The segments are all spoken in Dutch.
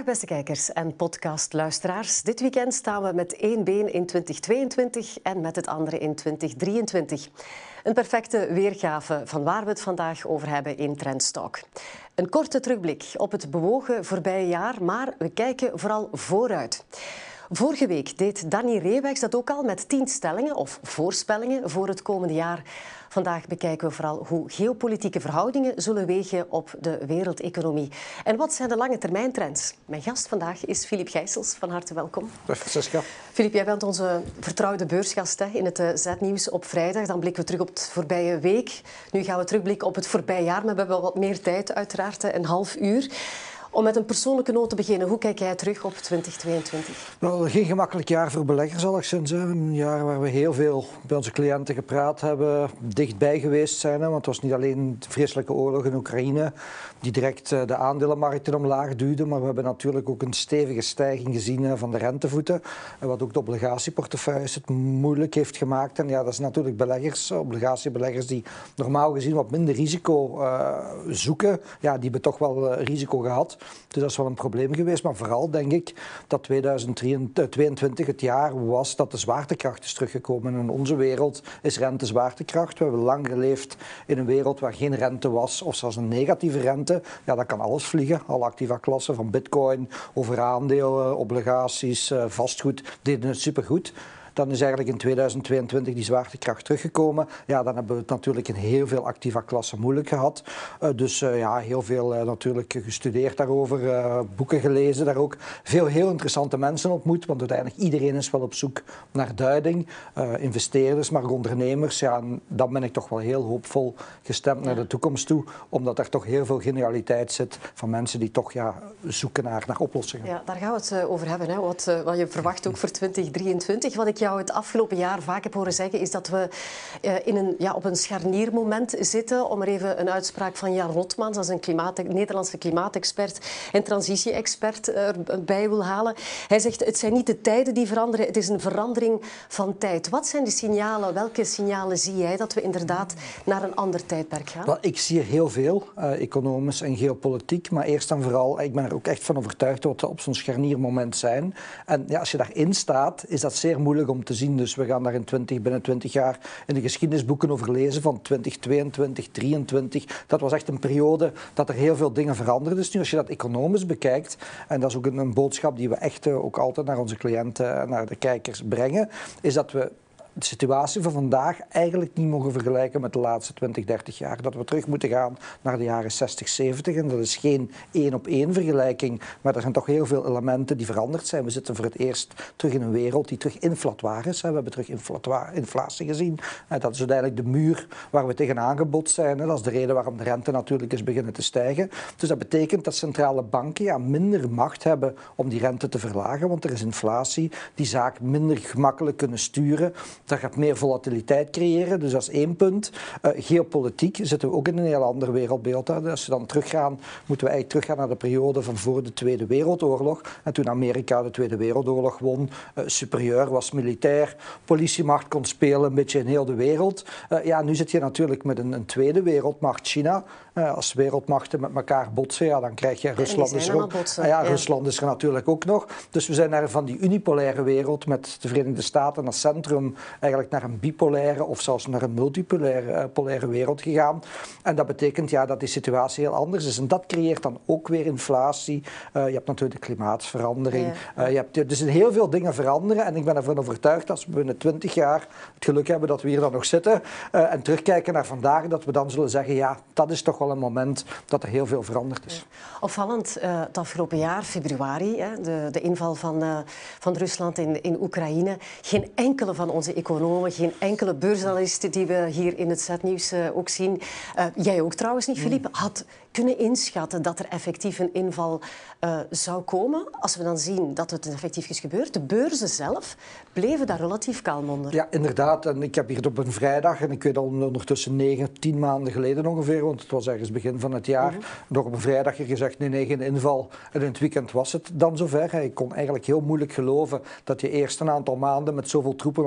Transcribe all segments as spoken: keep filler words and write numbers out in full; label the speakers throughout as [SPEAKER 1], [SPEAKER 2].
[SPEAKER 1] Dag beste kijkers en podcastluisteraars. Dit weekend staan we met één been in twintig tweeëntwintig en met het andere in twintig drieëntwintig. Een perfecte weergave van waar we het vandaag over hebben in Trendstalk. Een korte terugblik op het bewogen voorbije jaar, maar we kijken vooral vooruit. Vorige week deed Danny Reewijks dat ook al met tien stellingen of voorspellingen voor het komende jaar. Vandaag bekijken we vooral hoe geopolitieke verhoudingen zullen wegen op de wereldeconomie. En wat zijn de lange termijn trends? Mijn gast vandaag is Filip Gijsels. Van harte welkom.
[SPEAKER 2] Dag Francesca.
[SPEAKER 1] Filip, jij bent onze vertrouwde beursgast hè, in het Z-nieuws op vrijdag. Dan blikken we terug op het voorbije week. Nu gaan we terugblikken op het voorbije jaar, maar we hebben wel wat meer tijd uiteraard, een half uur. Om met een persoonlijke noot te beginnen, hoe kijk jij terug op twintig tweeëntwintig?
[SPEAKER 2] Wel, geen gemakkelijk jaar voor beleggers, alleszins. Een jaar waar we heel veel bij onze cliënten gepraat hebben, dichtbij geweest zijn. Hè? Want het was niet alleen de vreselijke oorlog in Oekraïne die direct de aandelenmarkten omlaag duwde, maar we hebben natuurlijk ook een stevige stijging gezien van de rentevoeten, wat ook de obligatieportefeuilles het moeilijk heeft gemaakt. En ja, dat is natuurlijk beleggers, obligatiebeleggers die normaal gezien wat minder risico uh, zoeken, ja, die hebben toch wel uh, risico gehad. Dus dat is wel een probleem geweest. Maar vooral denk ik dat tweeduizend tweeëntwintig het jaar was dat de zwaartekracht is teruggekomen. In onze wereld is rente zwaartekracht. We hebben lang geleefd in een wereld waar geen rente was of zelfs een negatieve rente. Ja, dat kan alles vliegen. Alle activa klassen van bitcoin, over aandelen, obligaties, vastgoed deden het supergoed. Dan is eigenlijk in tweeduizend tweeëntwintig die zwaartekracht teruggekomen. Ja, dan hebben we het natuurlijk in heel veel activa klassen moeilijk gehad. Uh, dus uh, ja, heel veel uh, natuurlijk gestudeerd daarover, uh, boeken gelezen daar ook. Veel heel interessante mensen ontmoet, want uiteindelijk iedereen is wel op zoek naar duiding. Uh, investeerders, maar ook ondernemers. Ja, en dan ben ik toch wel heel hoopvol gestemd ja. naar de toekomst toe, omdat er toch heel veel genialiteit zit van mensen die toch ja, zoeken naar, naar oplossingen.
[SPEAKER 1] Ja, daar gaan we het uh, over hebben, hè. Wat, uh, wat je verwacht ook voor twintig drieëntwintig. Wat ik jou het afgelopen jaar vaak heb horen zeggen, is dat we uh, in een, ja, op een scharniermoment zitten. Om er even een uitspraak van Jan Rotmans, als een klimaat, Nederlandse klimaatexpert en transitie-expert uh, bij wil halen. Hij zegt, het zijn niet de tijden die veranderen, het is een verandering van tijd. Wat zijn de signalen, welke signalen zie jij dat we inderdaad naar een ander tijdperk gaan?
[SPEAKER 2] Wel, ik zie er heel veel, uh, economisch en geopolitiek, maar eerst en vooral, ik ben er ook echt van overtuigd dat we op zo'n scharniermoment zijn. En ja, als je daarin staat, is dat zeer moeilijk om te zien. Dus we gaan daar in twintig, binnen twintig jaar in de geschiedenisboeken over lezen van twintig tweeëntwintig, drieëntwintig. Dat was echt een periode dat er heel veel dingen veranderden. Dus nu als je dat economisch bekijkt, en dat is ook een, een boodschap die we echt uh, ook altijd naar onze cliënten, naar de kijkers brengen, is dat we de situatie van vandaag eigenlijk niet mogen vergelijken met de laatste twintig, dertig jaar. Dat we terug moeten gaan naar de jaren zestig, zeventig. En dat is geen één op één vergelijking. Maar er zijn toch heel veel elementen die veranderd zijn. We zitten voor het eerst terug in een wereld die terug inflatoir is. We hebben terug inflatie gezien. Dat is uiteindelijk de muur waar we tegenaan gebotst zijn. Dat is de reden waarom de rente natuurlijk is beginnen te stijgen. Dus dat betekent dat centrale banken ja, minder macht hebben om die rente te verlagen. Want er is inflatie. Die zaak minder gemakkelijk kunnen sturen. Dat gaat meer volatiliteit creëren, dus dat is één punt. Uh, geopolitiek zitten we ook in een heel ander wereldbeeld. Hè. Als we dan teruggaan, moeten we eigenlijk teruggaan naar de periode van voor de Tweede Wereldoorlog. En toen Amerika de Tweede Wereldoorlog won, uh, superieur was militair, politiemacht kon spelen een beetje in heel de wereld. Uh, ja, nu zit je natuurlijk met een, een tweede wereldmacht, China. Uh, als wereldmachten met elkaar botsen, ja, dan krijg je Rusland. Is er ook,
[SPEAKER 1] botsen,
[SPEAKER 2] uh, ja,
[SPEAKER 1] ja.
[SPEAKER 2] Rusland is er natuurlijk ook nog. Dus we zijn naar van die unipolaire wereld met de Verenigde Staten als centrum eigenlijk naar een bipolaire of zelfs naar een multipolaire uh, polaire wereld gegaan. En dat betekent ja, dat die situatie heel anders is. En dat creëert dan ook weer inflatie. Uh, je hebt natuurlijk de klimaatverandering. Ja. Uh, je hebt, dus heel veel dingen veranderen. En ik ben ervan overtuigd dat als we binnen twintig jaar het geluk hebben dat we hier dan nog zitten uh, en terugkijken naar vandaag, dat we dan zullen zeggen, ja, dat is toch wel een moment dat er heel veel veranderd is.
[SPEAKER 1] Ja. Opvallend, uh, het afgelopen jaar, februari, hè, de, de inval van, uh, van Rusland in, in Oekraïne. Geen enkele van onze economen, geen enkele beursanalisten die we hier in het Z-nieuws uh, ook zien, uh, jij ook trouwens niet, Filip, had kunnen inschatten dat er effectief een inval uh, zou komen. Als we dan zien dat het effectief is gebeurd, de beurzen zelf bleven daar relatief kalm onder.
[SPEAKER 2] Ja, inderdaad. En ik heb hier op een vrijdag, en ik weet al ondertussen negen, tien maanden geleden ongeveer, want het was ergens begin van het jaar, mm-hmm. nog op een vrijdag hier gezegd, nee, nee, geen inval. En in het weekend was het dan zover. Ik kon eigenlijk heel moeilijk geloven dat je eerst een aantal maanden met zoveel troepen op de grens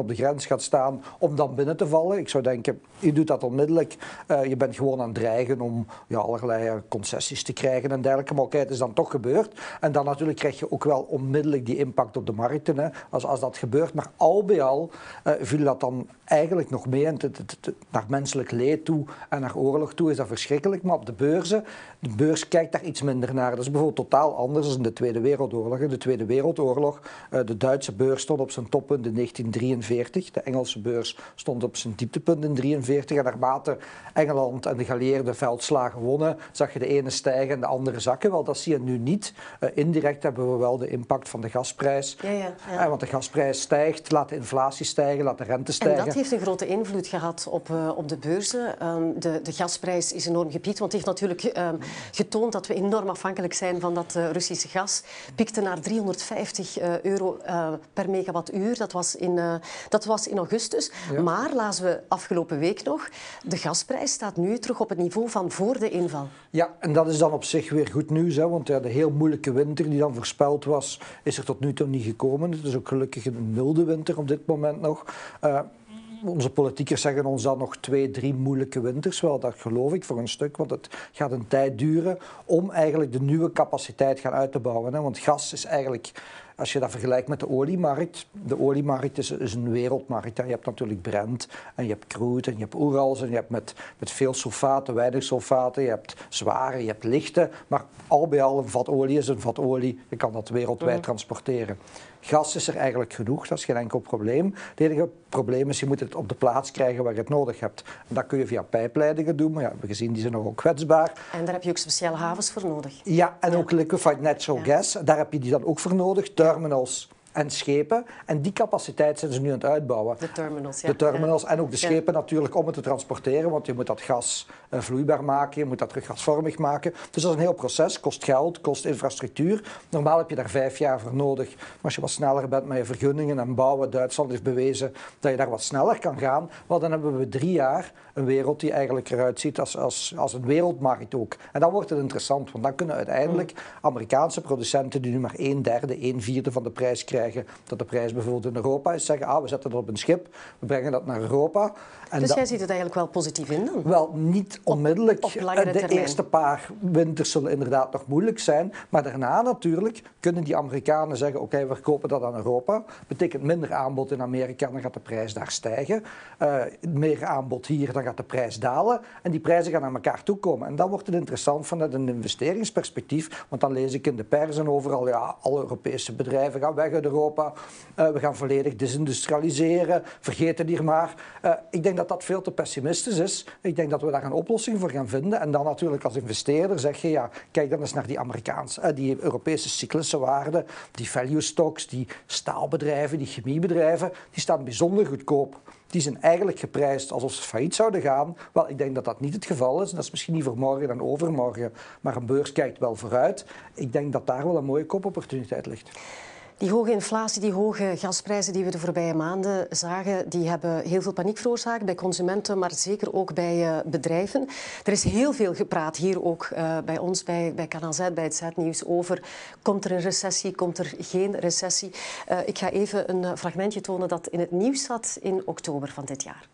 [SPEAKER 2] kans gaat staan om dan binnen te vallen. Ik zou denken, je doet dat onmiddellijk. Uh, je bent gewoon aan het dreigen om ja, allerlei concessies te krijgen en dergelijke. Maar oké, het is dan toch gebeurd. En dan natuurlijk krijg je ook wel onmiddellijk die impact op de markten, hè, als, als dat gebeurt. Maar al bij al uh, viel dat dan eigenlijk nog mee. En te, te, te, naar menselijk leed toe en naar oorlog toe is dat verschrikkelijk. Maar op de beurzen, de beurs kijkt daar iets minder naar. Dat is bijvoorbeeld totaal anders dan in de Tweede Wereldoorlog. In de Tweede Wereldoorlog, uh, de Duitse beurs stond op zijn toppunt in negentien drieënveertig. De Engelse beurs stond op zijn dieptepunt in negentien drieënveertig. En naarmate Engeland en de geallieerde veldslagen wonnen, zag je de ene stijgen en de andere zakken. Wel, dat zie je nu niet. Uh, indirect hebben we wel de impact van de gasprijs.
[SPEAKER 1] Ja, ja, ja.
[SPEAKER 2] Uh, want de gasprijs stijgt, laat de inflatie stijgen, laat de rente stijgen.
[SPEAKER 1] En dat heeft een grote invloed gehad op, uh, op de beurzen. Um, de, de gasprijs is enorm gepiekt, want het heeft natuurlijk um, getoond dat we enorm afhankelijk zijn van dat uh, Russische gas. Piekte naar driehonderdvijftig uh, euro uh, per megawattuur. Dat was in, uh, dat was in augustus. Ja. Maar, lazen we afgelopen week nog, de gasprijs staat nu terug op het niveau van voor de inval.
[SPEAKER 2] Ja, en dat is dan op zich weer goed nieuws, hè, want ja, de heel moeilijke winter die dan voorspeld was, is er tot nu toe niet gekomen. Het is ook gelukkig een milde winter op dit moment nog. Uh, Onze politiekers zeggen ons dan nog twee, drie moeilijke winters. Wel, dat geloof ik voor een stuk, want het gaat een tijd duren om eigenlijk de nieuwe capaciteit gaan uit te bouwen. Hè. Want gas is eigenlijk, als je dat vergelijkt met de oliemarkt, de oliemarkt is, is een wereldmarkt. Hè. Je hebt natuurlijk Brent en je hebt crude en je hebt Urals en je hebt met, met veel sulfaten, weinig sulfaten, je hebt zware, je hebt lichte, maar al bij al een vat olie is een vat olie. Je kan dat wereldwijd mm. transporteren. Gas is er eigenlijk genoeg, dat is geen enkel probleem. Het enige probleem is, je moet het op de plaats krijgen waar je het nodig hebt. En dat kun je via pijpleidingen doen, maar ja, we hebben gezien, die zijn nogal kwetsbaar.
[SPEAKER 1] En daar heb je ook speciale havens voor nodig.
[SPEAKER 2] Ja, en ja. ook liquefied natural ja. gas, daar heb je die dan ook voor nodig. Terminals en schepen. En die capaciteit zijn ze nu aan het uitbouwen.
[SPEAKER 1] De terminals, ja.
[SPEAKER 2] De terminals ja. en ook de schepen
[SPEAKER 1] ja.
[SPEAKER 2] natuurlijk om het te transporteren, want je moet dat gas uh, vloeibaar maken, je moet dat terug gasvormig maken. Dus dat is een heel proces, kost geld, kost infrastructuur. Normaal heb je daar vijf jaar voor nodig. Maar als je wat sneller bent met je vergunningen en bouwen, Duitsland heeft bewezen dat je daar wat sneller kan gaan, wel, dan hebben we drie jaar een wereld die eigenlijk eruit ziet als, als, als een wereldmarkt ook. En dan wordt het interessant, want dan kunnen uiteindelijk Amerikaanse producenten die nu maar een derde, een vierde van de prijs krijgen, dat de prijs bijvoorbeeld in Europa is, zeggen, ah, we zetten dat op een schip, we brengen dat naar Europa.
[SPEAKER 1] En dus dat, jij ziet het eigenlijk wel positief in dan?
[SPEAKER 2] Wel, niet onmiddellijk.
[SPEAKER 1] Op, op langere
[SPEAKER 2] de
[SPEAKER 1] termijn.
[SPEAKER 2] eerste paar winters zullen inderdaad nog moeilijk zijn, maar daarna natuurlijk kunnen die Amerikanen zeggen, oké, okay, we verkopen dat aan Europa. Betekent minder aanbod in Amerika, dan gaat de prijs daar stijgen. Uh, meer aanbod hier, dan gaat de prijs dalen. En die prijzen gaan naar elkaar toe komen. En dan wordt het interessant vanuit een investeringsperspectief, want dan lees ik in de pers en overal, ja, alle Europese bedrijven gaan weg uit Europa. Uh, we gaan volledig desindustrialiseren. Vergeet het hier maar. Uh, ik denk dat dat veel te pessimistisch is. Ik denk dat we daar een oplossing voor gaan vinden. En dan natuurlijk als investeerder zeg je, ja, kijk dan eens naar die Amerikaanse, uh, die Europese cyclische waarden, die value stocks, die staalbedrijven, die chemiebedrijven, die staan bijzonder goedkoop. Die zijn eigenlijk geprijsd alsof ze failliet zouden gaan. Wel, ik denk dat dat niet het geval is. En dat is misschien niet voor morgen en overmorgen. Maar een beurs kijkt wel vooruit. Ik denk dat daar wel een mooie koopopportuniteit ligt.
[SPEAKER 1] Die hoge inflatie, die hoge gasprijzen die we de voorbije maanden zagen, die hebben heel veel paniek veroorzaakt bij consumenten, maar zeker ook bij uh, bedrijven. Er is heel veel gepraat hier ook uh, bij ons, bij, bij Kanaal Z, bij het Z-nieuws over komt er een recessie, komt er geen recessie. Uh, ik ga even een fragmentje tonen dat in het nieuws zat in oktober van dit jaar.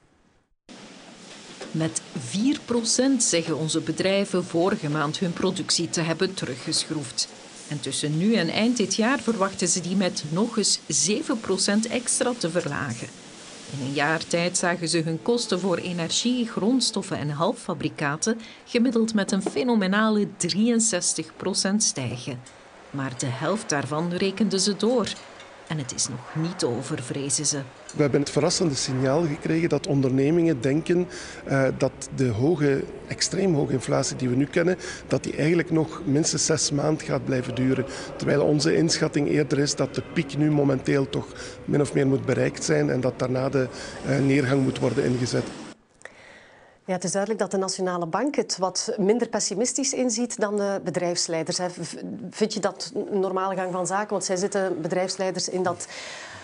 [SPEAKER 3] Met vier procent zeggen onze bedrijven vorige maand hun productie te hebben teruggeschroefd. En tussen nu en eind dit jaar verwachten ze die met nog eens zeven procent extra te verlagen. In een jaar tijd zagen ze hun kosten voor energie, grondstoffen en halffabrikaten gemiddeld met een fenomenale drieënzestig procent stijgen. Maar de helft daarvan rekenden ze door. En het is nog niet over, vrezen ze.
[SPEAKER 4] We hebben het verrassende signaal gekregen dat ondernemingen denken uh, dat de hoge, extreem hoge inflatie die we nu kennen, dat die eigenlijk nog minstens zes maanden gaat blijven duren. Terwijl onze inschatting eerder is dat de piek nu momenteel toch min of meer moet bereikt zijn en dat daarna de uh, neergang moet worden ingezet.
[SPEAKER 1] Ja, het is duidelijk dat de Nationale Bank het wat minder pessimistisch inziet dan de bedrijfsleiders. Vind je dat een normale gang van zaken? Want zij zitten bedrijfsleiders in dat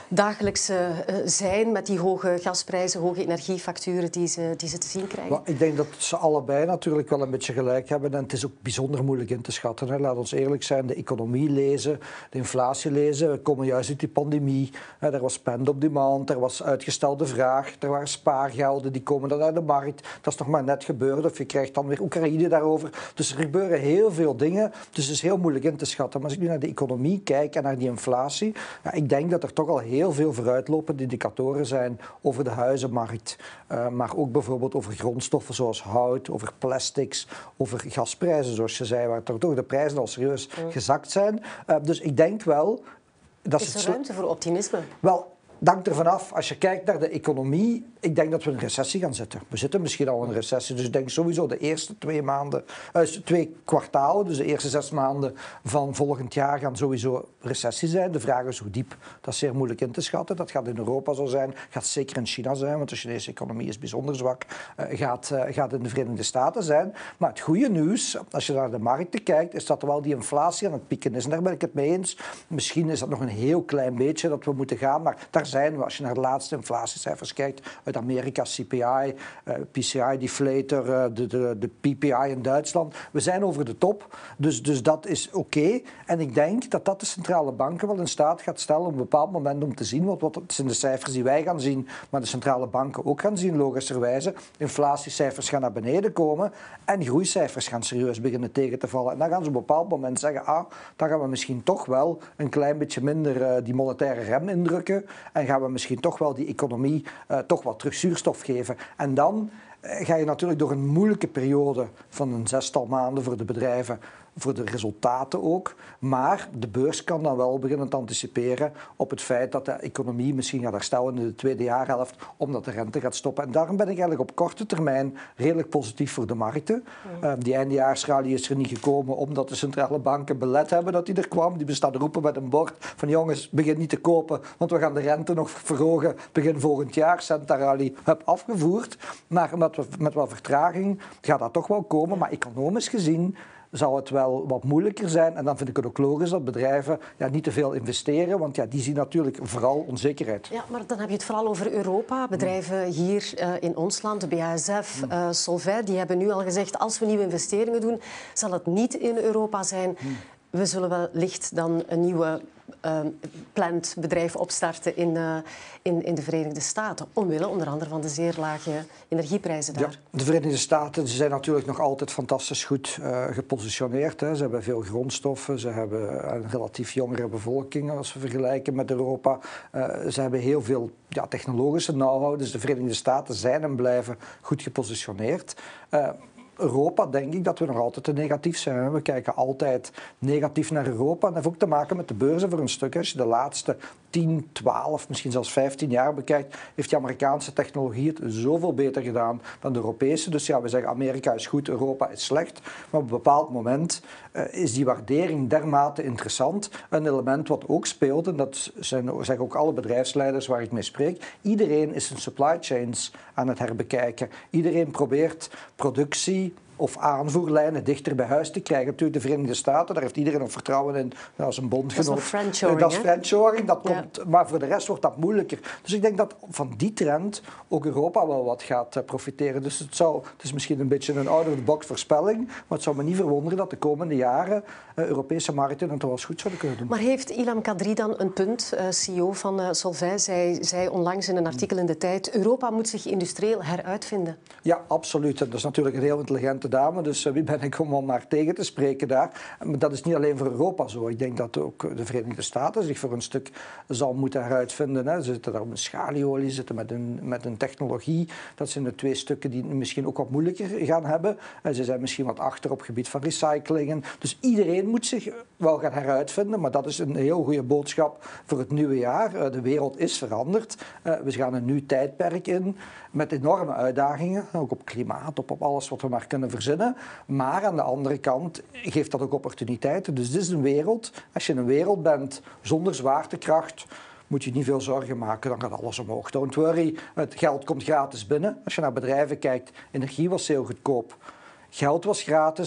[SPEAKER 1] dagelijkse uh, zijn met die hoge gasprijzen, hoge energiefacturen die ze, die ze te zien krijgen?
[SPEAKER 2] Maar ik denk dat ze allebei natuurlijk wel een beetje gelijk hebben en het is ook bijzonder moeilijk in te schatten. Hè. Laat ons eerlijk zijn, de economie lezen, de inflatie lezen. We komen juist uit die pandemie. Hè. Er was spend op demand, er was uitgestelde vraag, er waren spaargelden, die komen dan uit de markt. Dat is nog maar net gebeurd of je krijgt dan weer Oekraïne daarover. Dus er gebeuren heel veel dingen, dus het is heel moeilijk in te schatten. Maar als ik nu naar de economie kijk en naar die inflatie, ja, ik denk dat er toch al heel veel vooruitlopende indicatoren zijn over de huizenmarkt. Uh, maar ook bijvoorbeeld over grondstoffen zoals hout, over plastics, over gasprijzen zoals je zei, waar toch de prijzen al serieus ja. gezakt zijn. Uh, dus ik denk wel... Dat
[SPEAKER 1] is er ruimte voor optimisme?
[SPEAKER 2] Wel, dank ervan af. Als je kijkt naar de economie, ik denk dat we in een recessie gaan zitten. We zitten misschien al in een recessie, dus ik denk sowieso de eerste twee maanden, uh, twee kwartalen, dus de eerste zes maanden van volgend jaar gaan sowieso recessie zijn. De vraag is hoe diep, dat is zeer moeilijk in te schatten. Dat gaat in Europa zo zijn, gaat zeker in China zijn, want de Chinese economie is bijzonder zwak, uh, gaat, uh, gaat in de Verenigde Staten zijn. Maar het goede nieuws, als je naar de markten kijkt, is dat wel die inflatie aan het pieken is. En daar ben ik het mee eens. Misschien is dat nog een heel klein beetje dat we moeten gaan, maar daar zijn we, als je naar de laatste inflatiecijfers kijkt, uit Amerika, C P I, uh, P C I-deflator, uh, de, de, de P P I in Duitsland. We zijn over de top, dus, dus dat is oké. Okay. En ik denk dat dat de centrale banken wel in staat gaat stellen op een bepaald moment om te zien, wat, wat zijn de cijfers die wij gaan zien, maar de centrale banken ook gaan zien, logischerwijze. Inflatiecijfers gaan naar beneden komen en groeicijfers gaan serieus beginnen tegen te vallen. En dan gaan ze op een bepaald moment zeggen, ah, dan gaan we misschien toch wel een klein beetje minder uh, die monetaire rem indrukken en gaan we misschien toch wel die economie uh, toch wat terug zuurstof geven. En dan uh, ga je natuurlijk door een moeilijke periode van een zestal maanden voor de bedrijven, voor de resultaten ook. Maar de beurs kan dan wel beginnen te anticiperen op het feit dat de economie misschien gaat herstellen in de tweede jaarhelft, omdat de rente gaat stoppen. En daarom ben ik eigenlijk op korte termijn redelijk positief voor de markten. Ja. Uh, die eindejaarsrally is er niet gekomen omdat de centrale banken belet hebben dat die er kwam. Die bestaan roepen met een bord van jongens, begin niet te kopen, want we gaan de rente nog verhogen begin volgend jaar. Centa-rally heb afgevoerd. Maar met, met wat vertraging gaat dat toch wel komen. Maar economisch gezien zou het wel wat moeilijker zijn. En dan vind ik het ook logisch dat bedrijven ja, niet te veel investeren, want ja, die zien natuurlijk vooral onzekerheid.
[SPEAKER 1] Ja, maar dan heb je het vooral over Europa. Bedrijven hier uh, in ons land, de B A S F, uh, Solvay, die hebben nu al gezegd, als we nieuwe investeringen doen, zal het niet in Europa zijn. We zullen wellicht dan een nieuwe uh, plant bedrijf opstarten in, uh, in, in de Verenigde Staten. Omwille onder andere van de zeer lage energieprijzen daar.
[SPEAKER 2] Ja, de Verenigde Staten ze zijn natuurlijk nog altijd fantastisch goed uh, gepositioneerd. Hè. Ze hebben veel grondstoffen, ze hebben een relatief jongere bevolking als we vergelijken met Europa. Uh, ze hebben heel veel ja, technologische know-how, dus de Verenigde Staten zijn en blijven goed gepositioneerd. Uh, Europa denk ik dat we nog altijd te negatief zijn. We kijken altijd negatief naar Europa. En dat heeft ook te maken met de beurzen voor een stuk. Als je de laatste tien, twaalf, misschien zelfs vijftien jaar bekijkt, heeft die Amerikaanse technologie het zoveel beter gedaan dan de Europese. Dus ja, we zeggen Amerika is goed, Europa is slecht. Maar op een bepaald moment uh, is die waardering dermate interessant. Een element wat ook speelt, en dat zijn, zeggen ook alle bedrijfsleiders waar ik mee spreek, iedereen is zijn supply chains aan het herbekijken. Iedereen probeert productie of aanvoerlijnen dichter bij huis te krijgen. Natuurlijk de Verenigde Staten, daar heeft iedereen nog vertrouwen in als een bondgenoot.
[SPEAKER 1] Dat is friendshoring,
[SPEAKER 2] Dat is friendshoring, dat komt, ja. Maar voor de rest wordt dat moeilijker. Dus ik denk dat van die trend ook Europa wel wat gaat profiteren. Dus het, zou, het is misschien een beetje een out-of-the-box voorspelling, maar het zou me niet verwonderen dat de komende jaren uh, Europese markten het wel eens goed zouden kunnen doen.
[SPEAKER 1] Maar heeft Ilham Kadri dan een punt, uh, C E O van uh, Solvay, zei, zei onlangs in een artikel in De Tijd, Europa moet zich industrieel heruitvinden?
[SPEAKER 2] Ja, absoluut. Dat is natuurlijk een heel intelligente dame, dus wie ben ik om hem maar tegen te spreken daar. Maar dat is niet alleen voor Europa zo. Ik denk dat ook de Verenigde Staten zich voor een stuk zal moeten heruitvinden. Hè. Ze zitten daar op een schalieolie, zitten met een, met een technologie. Dat zijn de twee stukken die misschien ook wat moeilijker gaan hebben. En ze zijn misschien wat achter op het gebied van recyclingen. Dus iedereen moet zich wel gaan heruitvinden, maar dat is een heel goede boodschap voor het nieuwe jaar. De wereld is veranderd. We gaan een nieuw tijdperk in met enorme uitdagingen, ook op klimaat, op, op alles wat we maar kunnen verzinnen. Maar aan de andere kant geeft dat ook opportuniteiten. Dus dit is een wereld, als je in een wereld bent zonder zwaartekracht, moet je niet veel zorgen maken, dan gaat alles omhoog. Don't worry, het geld komt gratis binnen. Als je naar bedrijven kijkt, energie was heel goedkoop. Geld was gratis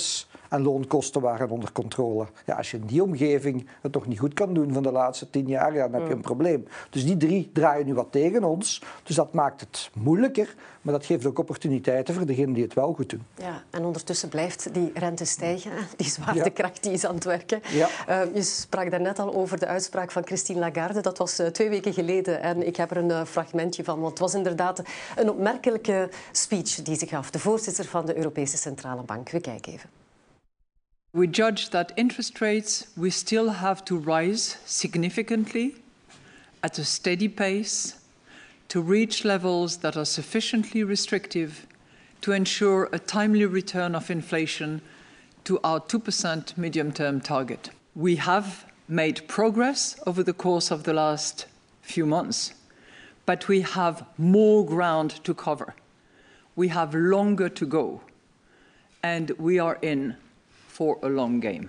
[SPEAKER 2] en loonkosten waren onder controle. Ja, als je in die omgeving het nog niet goed kan doen van de laatste tien jaar, ja, dan heb je een probleem. Dus die drie draaien nu wat tegen ons. Dus dat maakt het moeilijker, maar dat geeft ook opportuniteiten voor degenen die het wel goed doen.
[SPEAKER 1] Ja, en ondertussen blijft die rente stijgen. Die zwaartekracht ja. die is aan het werken.
[SPEAKER 2] Ja.
[SPEAKER 1] Uh, je sprak daarnet al over de uitspraak van Christine Lagarde. Dat was uh, twee weken geleden en ik heb er een uh, fragmentje van. Want het was inderdaad een opmerkelijke speech die ze gaf. De voorzitter van de Europese Centrale Bank. We kijken even.
[SPEAKER 5] We judge that interest rates we still have to rise significantly at a steady pace to reach levels that are sufficiently restrictive to ensure a timely return of inflation to our two percent medium-term target. We have made progress over the course of the last few months, but we have more ground to cover. We have longer to go, and we are in for a long game.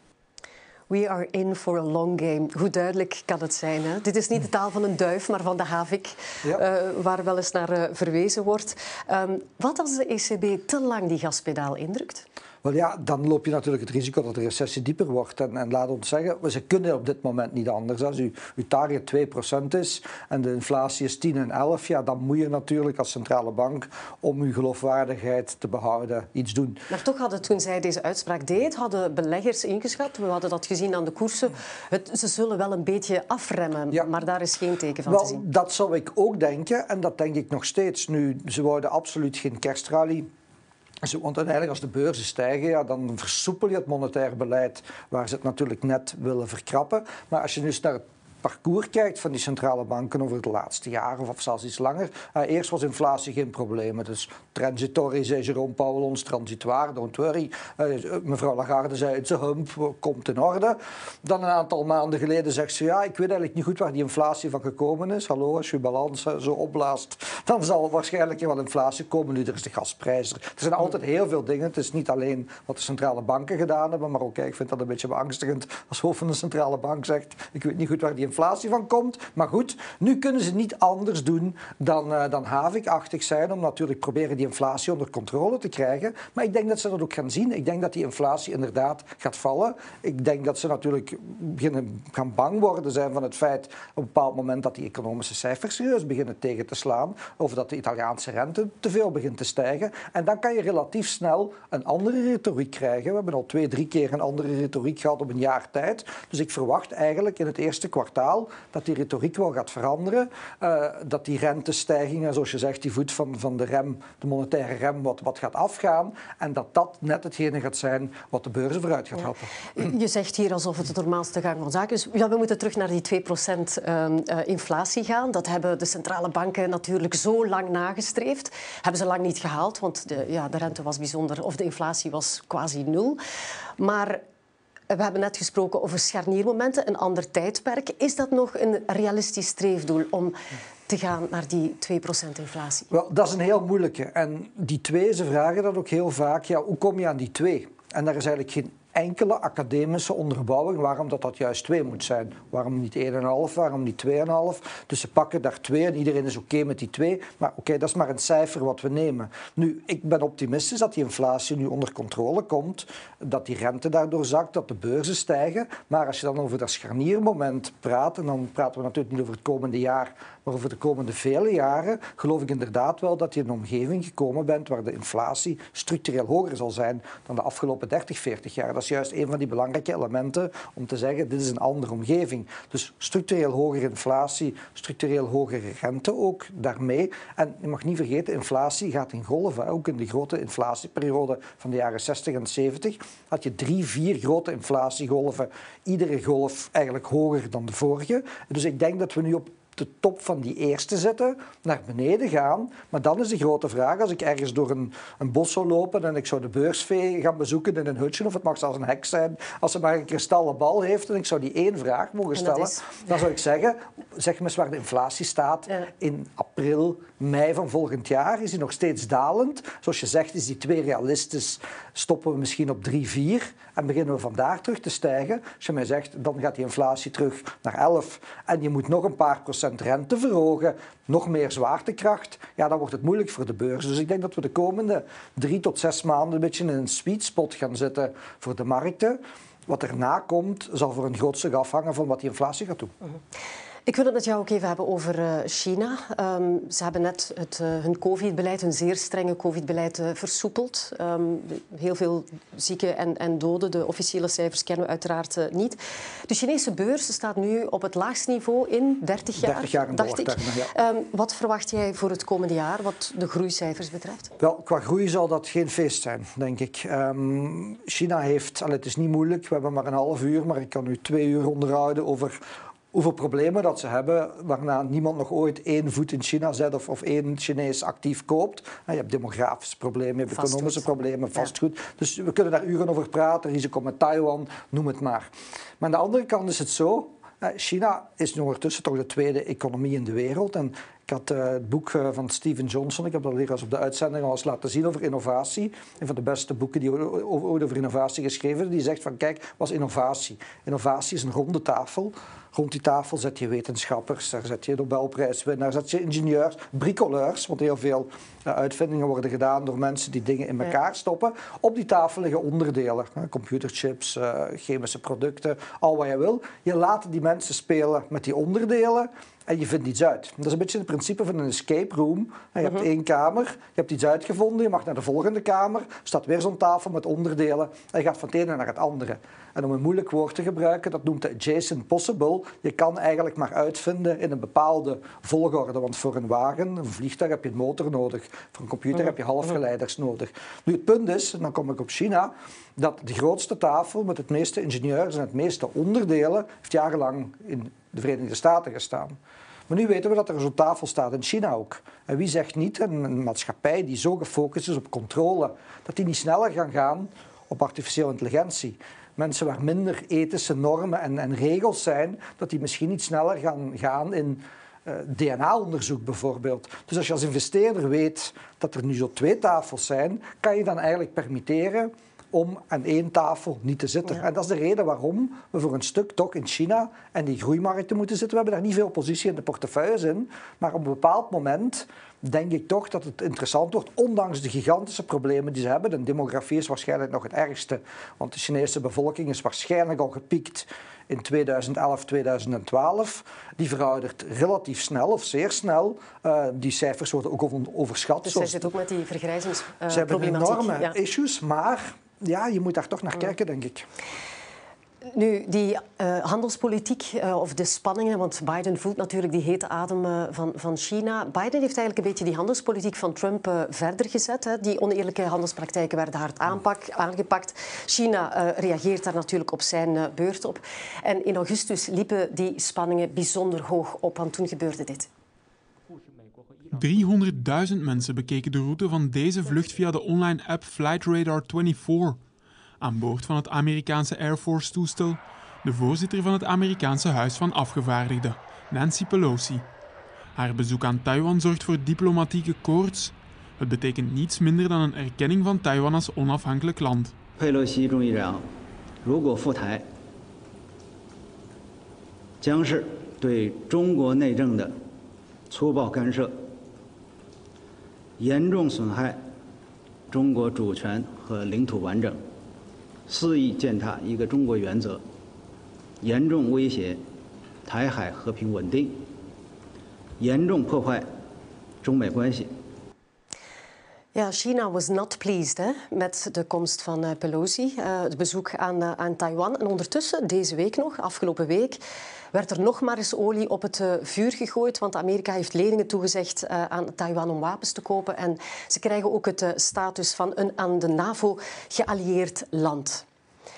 [SPEAKER 1] We are in for a long game. Hoe duidelijk kan het zijn? Hè? Dit is niet de taal van een duif, maar van de havik, ja. uh, waar wel eens naar uh, verwezen wordt. Um, wat als de E C B te lang die gaspedaal indrukt?
[SPEAKER 2] Wel ja, dan loop je natuurlijk het risico dat de recessie dieper wordt. En, en laat ons zeggen, ze kunnen op dit moment niet anders. Als uw, uw target twee procent is en de inflatie is tien en elf, ja, dan moet je natuurlijk als centrale bank om uw geloofwaardigheid te behouden iets doen.
[SPEAKER 1] Maar toch hadden toen zij deze uitspraak deed, hadden beleggers ingeschat, we hadden dat gezien aan de koersen, het, ze zullen wel een beetje afremmen, ja. maar daar is geen teken van
[SPEAKER 2] wel,
[SPEAKER 1] te zien.
[SPEAKER 2] Dat zou ik ook denken en dat denk ik nog steeds. Nu, ze wouden absoluut geen kerstrally. Want uiteindelijk als de beurzen stijgen, ja, dan versoepel je het monetair beleid waar ze het natuurlijk net willen verkrappen. Maar als je nu eens naar het parcours kijkt van die centrale banken over de laatste jaren of zelfs iets langer. Uh, eerst was inflatie geen probleem. Dus transitory, zei Jerome Powell ons, transitoir, don't worry. Uh, mevrouw Lagarde zei, it's a hump, komt in orde. Dan een aantal maanden geleden zegt ze, ja, ik weet eigenlijk niet goed waar die inflatie van gekomen is. Hallo, als je balans uh, zo opblaast, dan zal er waarschijnlijk wel inflatie komen. Nu, er is de gasprijs. Er zijn altijd heel veel dingen. Het is niet alleen wat de centrale banken gedaan hebben, maar ook, ik vind dat een beetje beangstigend als hoofd van de centrale bank zegt, ik weet niet goed waar die inflatie van komt. Maar goed, nu kunnen ze niet anders doen dan, uh, dan havikachtig zijn om natuurlijk proberen die inflatie onder controle te krijgen. Maar ik denk dat ze dat ook gaan zien. Ik denk dat die inflatie inderdaad gaat vallen. Ik denk dat ze natuurlijk beginnen, gaan bang worden zijn van het feit op een bepaald moment dat die economische cijfers serieus beginnen tegen te slaan. Of dat de Italiaanse rente te veel begint te stijgen. En dan kan je relatief snel een andere retoriek krijgen. We hebben al twee, drie keer een andere retoriek gehad op een jaar tijd. Dus ik verwacht eigenlijk in het eerste kwartaal dat die retoriek wel gaat veranderen, uh, dat die rentestijgingen, zoals je zegt, die voet van, van de rem, de monetaire rem, wat, wat gaat afgaan en dat dat net hetgene gaat zijn wat de beurzen vooruit gaat helpen.
[SPEAKER 1] Je zegt hier alsof het de normaalste gang van zaken is. Ja, we moeten terug naar die twee procent uh, uh, inflatie gaan. Dat hebben de centrale banken natuurlijk zo lang nagestreefd. Hebben ze lang niet gehaald, want de, ja, de rente was bijzonder, of de inflatie was quasi nul. Maar we hebben net gesproken over scharniermomenten, een ander tijdperk. Is dat nog een realistisch streefdoel om te gaan naar die twee procent inflatie?
[SPEAKER 2] Wel, dat is een heel moeilijke. En die twee, ze vragen dat ook heel vaak. Ja, hoe kom je aan die twee? En daar is eigenlijk geen enkele academische onderbouwing waarom dat, dat juist twee moet zijn. Waarom niet één komma vijf, waarom niet twee komma vijf? Dus ze pakken daar twee en iedereen is oké okay met die twee. Maar oké, okay, dat is maar een cijfer wat we nemen. Nu, ik ben optimistisch dat die inflatie nu onder controle komt, dat die rente daardoor zakt, dat de beurzen stijgen. Maar als je dan over dat scharniermoment praat, en dan praten we natuurlijk niet over het komende jaar, maar over de komende vele jaren, geloof ik inderdaad wel dat je in een omgeving gekomen bent waar de inflatie structureel hoger zal zijn dan de afgelopen dertig, veertig jaar. Dat is juist een van die belangrijke elementen om te zeggen, dit is een andere omgeving. Dus structureel hogere inflatie, structureel hogere rente ook daarmee. En je mag niet vergeten, inflatie gaat in golven. Ook in de grote inflatieperiode van de jaren zestig en zeventig had je drie, vier grote inflatiegolven. Iedere golf eigenlijk hoger dan de vorige. Dus ik denk dat we nu op de top van die eerste zitten, naar beneden gaan. Maar dan is de grote vraag, als ik ergens door een, een bos zou lopen en ik zou de beursvee gaan bezoeken in een hutje, of het mag zelfs een hek zijn, als ze maar een kristallen bal heeft en ik zou die één vraag mogen stellen, is, dan zou ik zeggen, zeg me eens waar de inflatie staat ja. in april mei van volgend jaar is die nog steeds dalend. Zoals je zegt, is die twee realistisch. Stoppen we misschien op drie, vier en beginnen we vandaar terug te stijgen. Als je mij zegt, dan gaat die inflatie terug naar elf en je moet nog een paar procent rente verhogen, nog meer zwaartekracht, ja, dan wordt het moeilijk voor de beurs. Dus ik denk dat we de komende drie tot zes maanden een beetje in een sweet spot gaan zitten voor de markten. Wat erna komt, zal voor een groot stuk afhangen van wat die inflatie gaat doen.
[SPEAKER 1] Uh-huh. Ik wil het met jou ook even hebben over uh, China. Um, ze hebben net het, uh, hun covid-beleid, hun zeer strenge covid-beleid uh, versoepeld. Um, heel veel zieken en, en doden, de officiële cijfers kennen we uiteraard uh, niet. De Chinese beurs staat nu op het laagste niveau in dertig jaar,
[SPEAKER 2] dertig jaar in
[SPEAKER 1] dacht ik.
[SPEAKER 2] Ja.
[SPEAKER 1] Um, wat verwacht jij voor het komende jaar, wat de groeicijfers betreft?
[SPEAKER 2] Wel, qua groei zal dat geen feest zijn, denk ik. Um, China heeft, allee, het is niet moeilijk, we hebben maar een half uur, maar ik kan u twee uur onderhouden over hoeveel problemen dat ze hebben, waarna niemand nog ooit één voet in China zet of, of één Chinees actief koopt. Je hebt demografische problemen, je hebt economische problemen, vastgoed. Ja. Dus we kunnen daar uren over praten, risico met Taiwan, noem het maar. Maar aan de andere kant is het zo, China is nu ondertussen toch de tweede economie in de wereld. En ik had uh, het boek uh, van Steven Johnson, ik heb dat hier eens op de uitzending al eens laten zien over innovatie. Een van de beste boeken die ooit over innovatie geschreven. Die zegt van kijk, wat is innovatie? Innovatie is een ronde tafel. Rond die tafel zet je wetenschappers, daar zet je Nobelprijswinnaars, zet je ingenieurs, bricoleurs, want heel veel uh, uitvindingen worden gedaan door mensen die dingen in elkaar stoppen. Op die tafel liggen onderdelen, uh, computerchips, uh, chemische producten, al wat je wil. Je laat die mensen spelen met die onderdelen en je vindt iets uit. Dat is een beetje het principe van een escape room. Je hebt uh-huh. één kamer, je hebt iets uitgevonden, je mag naar de volgende kamer, er staat weer zo'n tafel met onderdelen en je gaat van het ene naar het andere. En om een moeilijk woord te gebruiken, dat noemt de adjacent possible. Je kan eigenlijk maar uitvinden in een bepaalde volgorde. Want voor een wagen, een vliegtuig, heb je een motor nodig. Voor een computer uh-huh. heb je halfgeleiders nodig. Nu, het punt is, en dan kom ik op China, dat de grootste tafel met het meeste ingenieurs en het meeste onderdelen heeft jarenlang in de Verenigde Staten gestaan. Maar nu weten we dat er zo'n tafel staat in China ook. En wie zegt niet, een maatschappij die zo gefocust is op controle, dat die niet sneller gaan gaan op artificiële intelligentie. Mensen waar minder ethische normen en, en regels zijn, dat die misschien niet sneller gaan gaan in uh, D N A-onderzoek bijvoorbeeld. Dus als je als investeerder weet dat er nu zo twee tafels zijn, kan je dan eigenlijk permitteren om aan één tafel niet te zitten. Ja. En dat is de reden waarom we voor een stuk toch in China en die groeimarkten moeten zitten. We hebben daar niet veel positie in de portefeuilles in, maar op een bepaald moment denk ik toch dat het interessant wordt, ondanks de gigantische problemen die ze hebben. De demografie is waarschijnlijk nog het ergste, want de Chinese bevolking is waarschijnlijk al gepiekt in tweeduizend elf, tweeduizend twaalf. Die veroudert relatief snel, of zeer snel. Uh, die cijfers worden ook overschat.
[SPEAKER 1] Dus zij zit ook met die vergrijzingsproblematiek. Uh,
[SPEAKER 2] ze hebben enorme ja. issues, maar ja, je moet daar toch naar kijken, denk ik.
[SPEAKER 1] Nu, die uh, handelspolitiek uh, of de spanningen, want Biden voelt natuurlijk die hete adem uh, van, van China. Biden heeft eigenlijk een beetje die handelspolitiek van Trump uh, verder gezet. Hè. Die oneerlijke handelspraktijken werden hard aanpak, aangepakt. China uh, reageert daar natuurlijk op zijn uh, beurt op. En in augustus liepen die spanningen bijzonder hoog op, want toen gebeurde dit.
[SPEAKER 6] driehonderdduizend mensen bekeken de route van deze vlucht via de online app Flightradar vierentwintig. Aan boord van het Amerikaanse Air Force-toestel de voorzitter van het Amerikaanse Huis van Afgevaardigden, Nancy Pelosi. Haar bezoek aan Taiwan zorgt voor diplomatieke koorts. Het betekent niets minder dan een erkenning van Taiwan als onafhankelijk land.
[SPEAKER 7] Pelosi 众议长如果赴台，将是对中国内政的粗暴干涉，严重损害中国主权和领土完整。 肆意践踏一个中国原则，严重威胁台海和平稳定，严重破坏中美关系。
[SPEAKER 1] Ja, China was not pleased hè, met de komst van uh, Pelosi, uh, het bezoek aan, uh, aan Taiwan. En ondertussen, deze week nog, afgelopen week, werd er nog maar eens olie op het uh, vuur gegooid. Want Amerika heeft leningen toegezegd uh, aan Taiwan om wapens te kopen. En ze krijgen ook het uh, status van een aan de NAVO geallieerd land.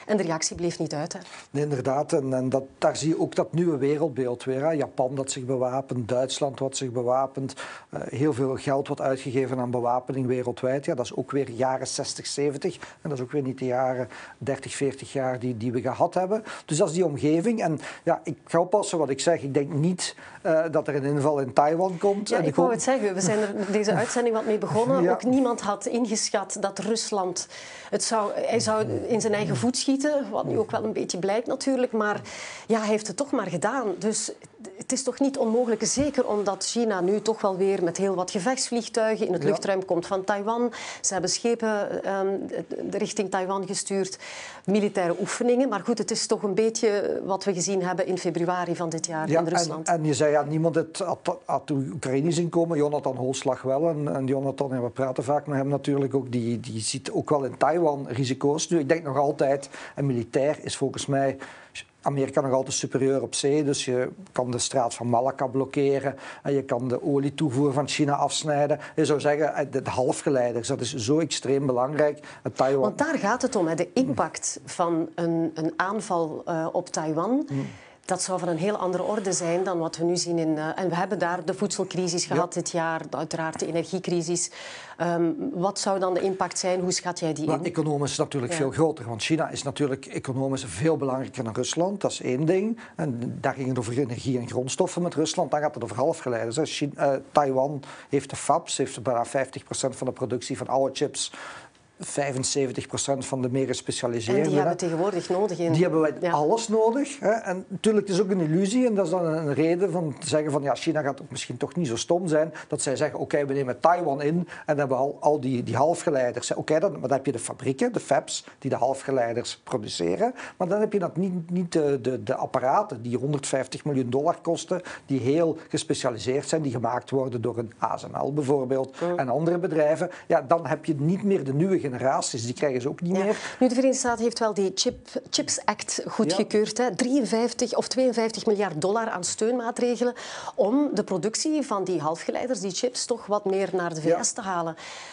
[SPEAKER 1] En de reactie bleef niet uit. Hè?
[SPEAKER 2] Nee, inderdaad. En, en dat, daar zie je ook dat nieuwe wereldbeeld weer. Hè. Japan dat zich bewapent, Duitsland wat zich bewapent. Uh, heel veel geld wordt uitgegeven aan bewapening wereldwijd. Ja, dat is ook weer jaren zestig, zeventig. En dat is ook weer niet de jaren dertig, veertig jaar die, die we gehad hebben. Dus dat is die omgeving. En ja, ik ga oppassen wat ik zeg. Ik denk niet uh, dat er een inval in Taiwan komt.
[SPEAKER 1] Ja,
[SPEAKER 2] en
[SPEAKER 1] ik wou het zeggen. We zijn er deze uitzending wat mee begonnen. Ja. Ook niemand had ingeschat dat Rusland... Het zou, hij zou in zijn eigen voet schieten, wat nu ook wel een beetje blijkt natuurlijk. Maar ja, hij heeft het toch maar gedaan. Dus het is toch niet onmogelijk, zeker omdat China nu toch wel weer met heel wat gevechtsvliegtuigen in het luchtruim komt van Taiwan. Ze hebben schepen um, richting Taiwan gestuurd, militaire oefeningen. Maar goed, het is toch een beetje wat we gezien hebben in februari van dit jaar ja, in Rusland.
[SPEAKER 2] En, en je zei, ja, niemand had, had, had de Oekraïne zien komen. Jonathan Holslag wel. En, en Jonathan, en we praten vaak met hem natuurlijk ook, die, die ziet ook wel in Taiwan risico's. Nu, ik denk nog altijd, een militair is volgens mij... Amerika nog altijd superieur op zee, dus je kan de straat van Malacca blokkeren en je kan de olietoevoer van China afsnijden. Je zou zeggen, de halfgeleiders, dat is zo extreem belangrijk. Taiwan...
[SPEAKER 1] Want daar gaat het om, hè, de impact van een, een aanval uh, op Taiwan. Hmm. Dat zou van een heel andere orde zijn dan wat we nu zien. In, uh, en we hebben daar de voedselcrisis gehad ja. dit jaar, uiteraard de energiecrisis. Um, wat zou dan de impact zijn? Hoe schat jij die
[SPEAKER 2] maar
[SPEAKER 1] in?
[SPEAKER 2] Economisch natuurlijk ja. veel groter, want China is natuurlijk economisch veel belangrijker dan Rusland. Dat is één ding. En daar ging het over energie en grondstoffen met Rusland. Dan gaat het over halfgeleiders. China, uh, Taiwan heeft de fabs, heeft bijna vijftig procent van de productie van alle chips. vijfenzeventig procent van de meer gespecialiseerden.
[SPEAKER 1] En die hebben we tegenwoordig nodig. In...
[SPEAKER 2] Die hebben wij
[SPEAKER 1] ja.
[SPEAKER 2] alles nodig. Hè. En natuurlijk, het is ook een illusie. En dat is dan een reden van te zeggen van ja, China gaat ook misschien toch niet zo stom zijn. Dat zij zeggen, oké, okay, we nemen Taiwan in. En dan hebben we al, al die, die halfgeleiders. Oké, okay, dan, maar dan heb je de fabrieken, de fabs, die de halfgeleiders produceren. Maar dan heb je dat niet, niet de, de, de apparaten die honderdvijftig miljoen dollar kosten. Die heel gespecialiseerd zijn. Die gemaakt worden door een A S M L bijvoorbeeld. Mm. En andere bedrijven. Ja, dan heb je niet meer de nieuwe generaties, die krijgen ze ook niet ja. meer.
[SPEAKER 1] Nu, de Verenigde Staten heeft wel die Chip, Chips Act goedgekeurd. Ja. drieënvijftig of tweeënvijftig miljard dollar aan steunmaatregelen om de productie van die halfgeleiders, die chips, toch wat meer naar de V S ja. te halen.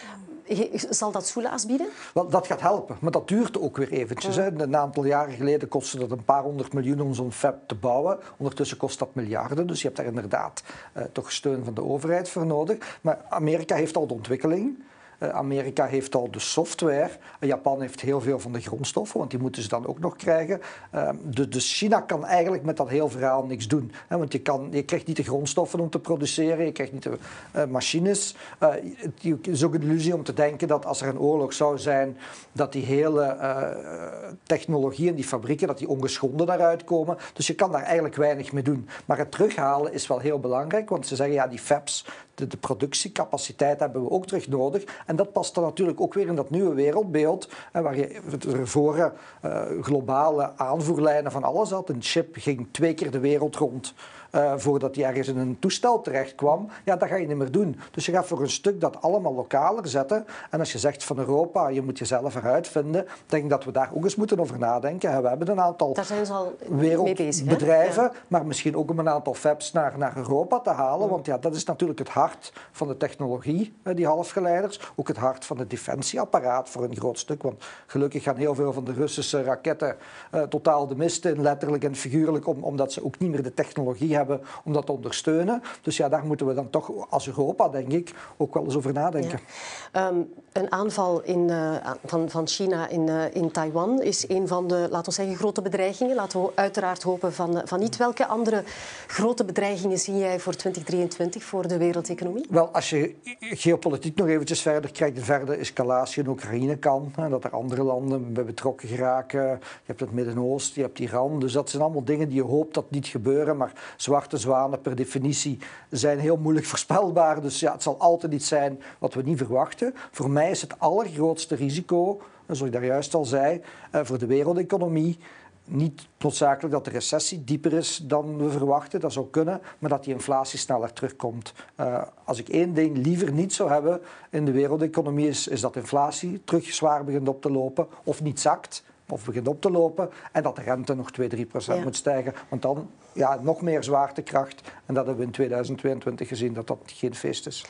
[SPEAKER 1] Zal dat soelaas bieden?
[SPEAKER 2] Wel, dat gaat helpen, maar dat duurt ook weer eventjes. Mm. Een aantal jaren geleden kostte dat een paar honderd miljoen om zo'n fab te bouwen. Ondertussen kost dat miljarden, dus je hebt daar inderdaad uh, toch steun van de overheid voor nodig. Maar Amerika heeft al de ontwikkeling. Uh, Amerika heeft al de software. Uh, Japan heeft heel veel van de grondstoffen, want die moeten ze dan ook nog krijgen. Uh, de, dus China kan eigenlijk met dat heel verhaal niks doen. Hè, want je, kan, je krijgt niet de grondstoffen om te produceren, je krijgt niet de uh, machines. Uh, het is ook een illusie om te denken dat als er een oorlog zou zijn, dat die hele uh, technologie en die fabrieken, dat die ongeschonden daaruit komen. Dus je kan daar eigenlijk weinig mee doen. Maar het terughalen is wel heel belangrijk, want ze zeggen ja, die fabs, de, de productiecapaciteit hebben we ook terug nodig. En dat past dan natuurlijk ook weer in dat nieuwe wereldbeeld, hè, waar je ervoor uh, globale aanvoerlijnen van alles had. Een chip ging twee keer de wereld rond. Uh, voordat hij ergens in een toestel terecht kwam, ja, dat ga je niet meer doen. Dus je gaat voor een stuk dat allemaal lokaler zetten. En als je zegt van Europa, je moet jezelf eruit vinden, denk ik dat we daar ook eens moeten over nadenken. We hebben een aantal
[SPEAKER 1] daar zijn ze al
[SPEAKER 2] wereldbedrijven,
[SPEAKER 1] ja.
[SPEAKER 2] maar misschien ook om een aantal fabs naar, naar Europa te halen. Want ja, dat is natuurlijk het hart van de technologie, die halfgeleiders. Ook het hart van het defensieapparaat voor een groot stuk. Want gelukkig gaan heel veel van de Russische raketten uh, totaal de mist in, letterlijk en figuurlijk, om, omdat ze ook niet meer de technologie hebben om dat te ondersteunen. Dus ja, daar moeten we dan toch als Europa, denk ik, ook wel eens over nadenken.
[SPEAKER 1] Ja. Um, een aanval in, uh, van, van China in, uh, in Taiwan is een van de, laten we zeggen, grote bedreigingen. Laten we uiteraard hopen van, van niet. Welke andere grote bedreigingen zie jij voor twintig drieëntwintig voor de wereldeconomie?
[SPEAKER 2] Wel, als je geopolitiek nog eventjes verder kijkt, de verdere escalatie in Oekraïne kan, hè, dat er andere landen bij betrokken geraken. Je hebt het Midden-Oosten, je hebt Iran. Dus dat zijn allemaal dingen die je hoopt dat niet gebeuren, maar zwarte zwanen per definitie zijn heel moeilijk voorspelbaar. Dus ja, het zal altijd iets zijn wat we niet verwachten. Voor mij is het allergrootste risico, zoals ik daar juist al zei, voor de wereldeconomie niet noodzakelijk dat de recessie dieper is dan we verwachten, dat zou kunnen, maar dat die inflatie sneller terugkomt. Uh, als ik één ding liever niet zou hebben in de wereldeconomie, is, is dat inflatie terug zwaar begint op te lopen of niet zakt. Of begint op te lopen en dat de rente nog twee, drie procent ja. moet stijgen. Want dan ja, nog meer zwaartekracht. En dat hebben we in tweeduizend tweeëntwintig gezien dat dat geen feest is.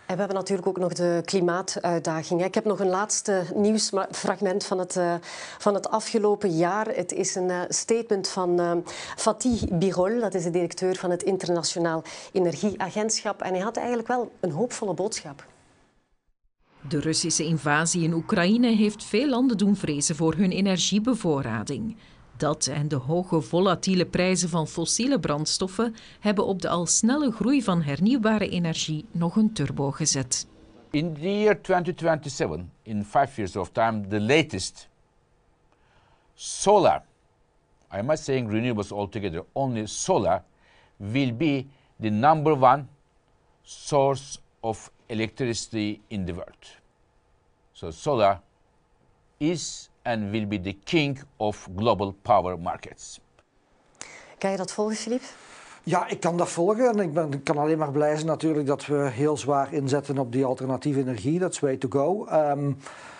[SPEAKER 1] En we hebben natuurlijk ook nog de klimaatuitdaging. Ik heb nog een laatste nieuwsfragment van het, uh, van het afgelopen jaar. Het is een uh, statement van uh, Fatih Birol, dat is de directeur van het Internationaal Energieagentschap. En hij had eigenlijk wel een hoopvolle boodschap.
[SPEAKER 3] De Russische invasie in Oekraïne heeft veel landen doen vrezen voor hun energiebevoorrading. Dat en de hoge volatiele prijzen van fossiele brandstoffen hebben op de al snelle groei van hernieuwbare energie nog een turbo gezet.
[SPEAKER 8] In the year twenty twenty-seven, in five years of time, the latest solar, I'm not saying renewables altogether, only solar will be the number one source of electricity in the world. So solar is and will be the king of global power markets.
[SPEAKER 1] Kan je dat volgen, Philippe?
[SPEAKER 2] Ja, ik kan dat volgen en ik, ben, ik kan alleen maar blij zijn natuurlijk dat we heel zwaar inzetten op die alternatieve energie. Dat is way to go. Um,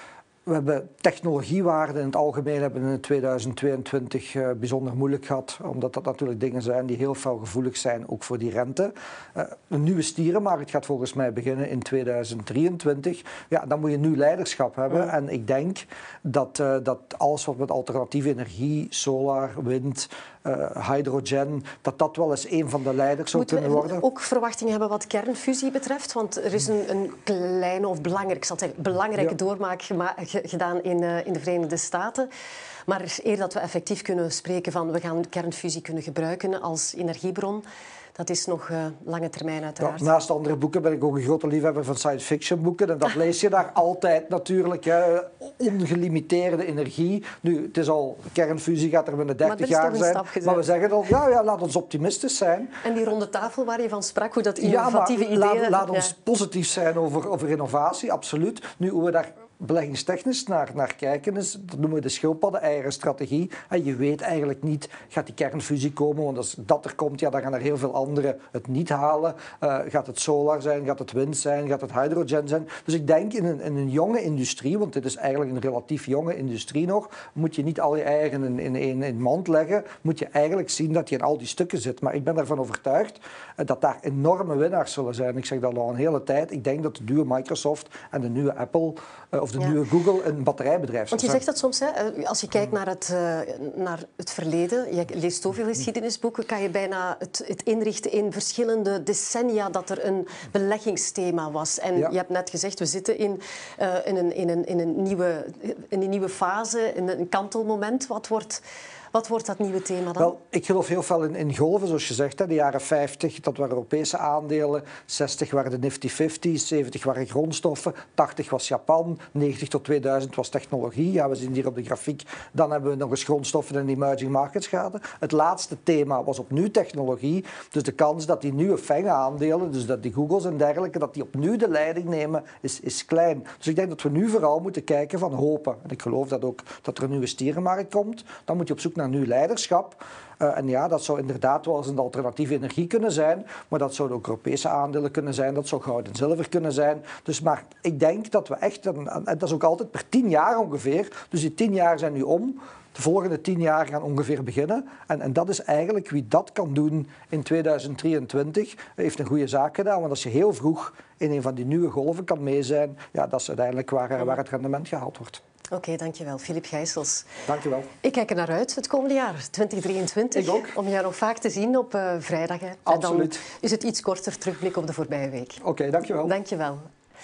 [SPEAKER 2] We hebben technologiewaarden in het algemeen hebben in tweeduizend tweeëntwintig uh, bijzonder moeilijk gehad, omdat dat natuurlijk dingen zijn die heel veel gevoelig zijn, ook voor die rente. Uh, een nieuwe stierenmarkt gaat volgens mij beginnen in tweeduizend drieëntwintig. Ja, dan moet je nu leiderschap hebben. Ja. En ik denk dat, uh, dat alles wat met alternatieve energie, solar, wind, uh, hydrogen, dat dat wel eens een van de leiders zou kunnen worden.
[SPEAKER 1] Moeten we ook verwachtingen hebben wat kernfusie betreft? Want er is een, een kleine of belangrijk, ik zal zeggen, belangrijke ja. doormaak gemaakt gedaan in, uh, in de Verenigde Staten. Maar eer dat we effectief kunnen spreken van we gaan kernfusie kunnen gebruiken als energiebron, dat is nog uh, lange termijn uiteraard.
[SPEAKER 2] Ja, naast andere boeken ben ik ook een grote liefhebber van science fiction boeken. En dat lees je daar altijd natuurlijk. Hè, ongelimiteerde energie. Nu, het is al, kernfusie gaat er binnen dertig jaar zijn. Maar we zeggen al, ja, ja, laat ons optimistisch zijn.
[SPEAKER 1] En die ronde tafel waar je van sprak, hoe dat innovatieve
[SPEAKER 2] ja, maar
[SPEAKER 1] ideeën...
[SPEAKER 2] Laat, laat ons
[SPEAKER 1] ja.
[SPEAKER 2] positief zijn over, over innovatie, absoluut. Nu, hoe we daar beleggingstechnisch naar, naar kijken is, dat noemen we de schildpadden-eieren-strategie. En je weet eigenlijk niet, gaat die kernfusie komen? Want als dat er komt, ja, dan gaan er heel veel anderen het niet halen. Uh, gaat het solar zijn, gaat het wind zijn, gaat het hydrogen zijn? Dus ik denk in een, in een jonge industrie, want dit is eigenlijk een relatief jonge industrie nog, moet je niet al je eieren in, in, in, in mand leggen, moet je eigenlijk zien dat je in al die stukken zit. Maar ik ben ervan overtuigd uh, dat daar enorme winnaars zullen zijn. Ik zeg dat al een hele tijd. Ik denk dat de nieuwe Microsoft en de nieuwe Apple uh, of de ja. nieuwe Google een batterijbedrijf.
[SPEAKER 1] Want je zegt dat soms, hè, als je kijkt naar het, uh, naar het verleden, je leest zoveel geschiedenisboeken, kan je bijna het, het inrichten in verschillende decennia dat er een beleggingsthema was. En ja. je hebt net gezegd, we zitten in, uh, in, een, in, een, in, een nieuwe, in een nieuwe fase, in een kantelmoment. Wat wordt... Wat wordt dat nieuwe thema dan?
[SPEAKER 2] Wel, ik geloof heel veel in, in golven, zoals je zegt. Hè. De jaren vijftig, dat waren Europese aandelen. zestig waren de Nifty vijftig, zeventig waren grondstoffen. tachtig was Japan. negentig tot tweeduizend was technologie. Ja, we zien hier op de grafiek. Dan hebben we nog eens grondstoffen en emerging markets gehad. Het laatste thema was opnieuw technologie. Dus de kans dat die nieuwe fenge aandelen, dus dat die Googles en dergelijke, dat die opnieuw de leiding nemen, is, is klein. Dus ik denk dat we nu vooral moeten kijken van hopen. En ik geloof dat ook dat er een nieuwe stierenmarkt komt. Dan moet je op zoek naar naar nieuw leiderschap. Uh, en ja, dat zou inderdaad wel eens een alternatieve energie kunnen zijn, maar dat zouden ook Europese aandelen kunnen zijn, dat zou goud en zilver kunnen zijn. Dus maar ik denk dat we echt, en, en dat is ook altijd per tien jaar ongeveer, dus die tien jaar zijn nu om. De volgende tien jaar gaan ongeveer beginnen. En, en dat is eigenlijk wie dat kan doen in tweeduizend drieëntwintig. Heeft een goede zaak gedaan. Want als je heel vroeg in een van die nieuwe golven kan mee zijn, ja, dat is uiteindelijk waar, waar het rendement gehaald wordt.
[SPEAKER 1] Oké, okay, dankjewel. Philippe Gijsels.
[SPEAKER 2] Dankjewel.
[SPEAKER 1] Ik kijk er naar uit het komende jaar, twintig drieëntwintig.
[SPEAKER 2] Ik ook.
[SPEAKER 1] Om jou nog vaak te zien op uh, vrijdag. Hè.
[SPEAKER 2] Absoluut.
[SPEAKER 1] En dan is het iets korter terugblik op de voorbije week.
[SPEAKER 2] Oké, okay, dankjewel.
[SPEAKER 1] Dankjewel.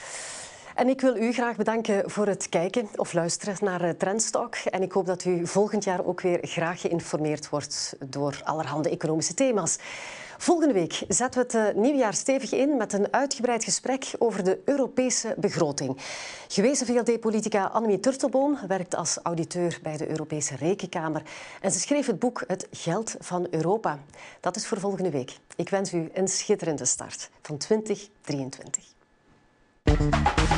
[SPEAKER 1] En ik wil u graag bedanken voor het kijken of luisteren naar Trendstalk. En ik hoop dat u volgend jaar ook weer graag geïnformeerd wordt door allerhande economische thema's. Volgende week zetten we het nieuwjaar stevig in met een uitgebreid gesprek over de Europese begroting. Gewezen V L D-politica Annemie Turtelboom werkt als auditeur bij de Europese Rekenkamer. En ze schreef het boek Het Geld van Europa. Dat is voor volgende week. Ik wens u een schitterende start van twintig drieëntwintig.